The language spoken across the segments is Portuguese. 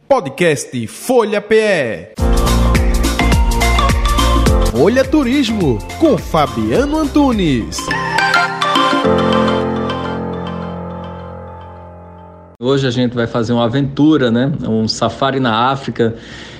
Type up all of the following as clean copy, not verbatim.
Podcast Folha PE. Folha Turismo com Fabiano Antunes. Hoje a gente vai fazer uma aventura, um safari na África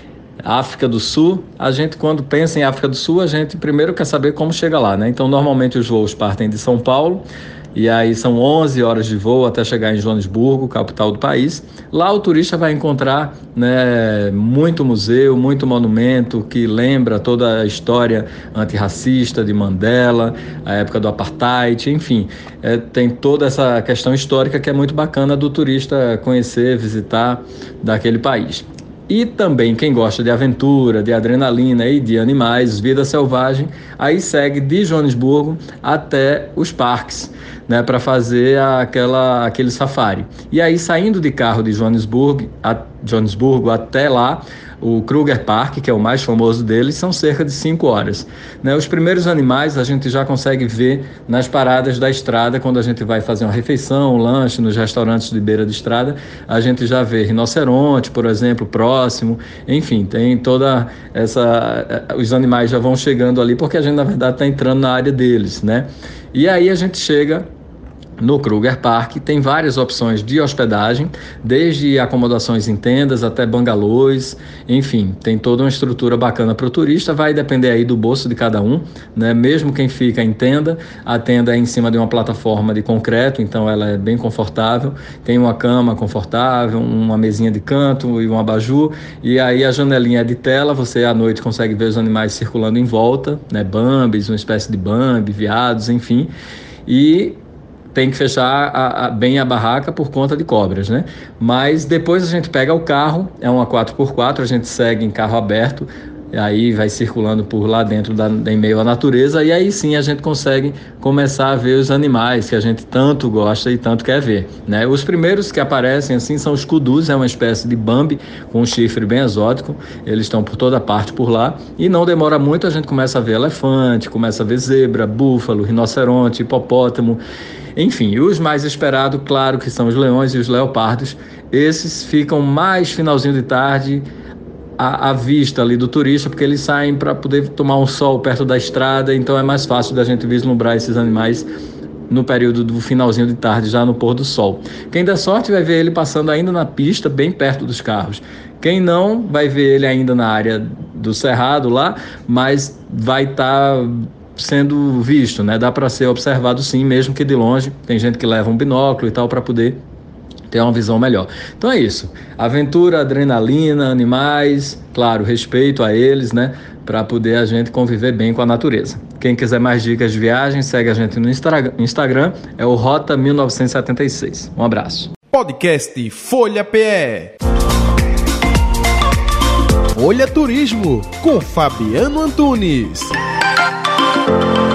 do Sul. A gente, quando pensa em África do Sul, a gente primeiro quer saber como chega lá, Então, normalmente os voos partem de São Paulo, e aí são 11 horas de voo até chegar em Joanesburgo, capital do país. Lá o turista vai encontrar muito museu, muito monumento que lembra toda a história antirracista de Mandela, a época do Apartheid, enfim. Tem toda essa questão histórica que é muito bacana do turista conhecer, visitar daquele país. E também quem gosta de aventura, de adrenalina e de animais, vida selvagem, aí segue de Joanesburgo até os parques, para fazer aquele safari. E aí, saindo de carro de Joanesburgo até lá, o Kruger Park, que é o mais famoso deles, são cerca de 5 horas. Os primeiros animais a gente já consegue ver nas paradas da estrada, quando a gente vai fazer uma refeição, um lanche nos restaurantes de beira de estrada, a gente já vê rinoceronte, por exemplo, próximo, enfim, tem toda essa... Os animais já vão chegando ali, porque a gente, na verdade, está entrando na área deles, E aí a gente chega no Kruger Park, tem várias opções de hospedagem, desde acomodações em tendas até bangalôs, enfim, tem toda uma estrutura bacana para o turista, vai depender aí do bolso de cada um, Mesmo quem fica em tenda, a tenda é em cima de uma plataforma de concreto, então ela é bem confortável, tem uma cama confortável, uma mesinha de canto e um abajur, e aí a janelinha é de tela, você à noite consegue ver os animais circulando em volta, bambis, uma espécie de bambi, veados, enfim, e tem que fechar bem a barraca por conta de cobras, Mas depois a gente pega o carro, é uma 4x4, a gente segue em carro aberto, aí vai circulando por lá dentro em meio à natureza, e aí sim a gente consegue começar a ver os animais que a gente tanto gosta e tanto quer ver, Os primeiros que aparecem assim são os kudus, é uma espécie de bambi com um chifre bem exótico, eles estão por toda parte por lá, e não demora muito, a gente começa a ver elefante, começa a ver zebra, búfalo, rinoceronte, hipopótamo, enfim. E os mais esperados, claro, que são os leões e os leopardos. Esses ficam mais finalzinho de tarde à vista ali do turista, porque eles saem para poder tomar um sol perto da estrada, então é mais fácil da gente vislumbrar esses animais no período do finalzinho de tarde, já no pôr do sol. Quem der sorte vai ver ele passando ainda na pista, bem perto dos carros. Quem não, vai ver ele ainda na área do cerrado lá, mas vai estar sendo visto, Dá para ser observado sim, mesmo que de longe. Tem gente que leva um binóculo e tal para poder ter uma visão melhor. Então é isso. Aventura, adrenalina, animais, claro, respeito a eles, para poder a gente conviver bem com a natureza. Quem quiser mais dicas de viagem, segue a gente no Instagram, é o Rota 1976. Um abraço. Podcast Folha PE. Folha Turismo com Fabiano Antunes.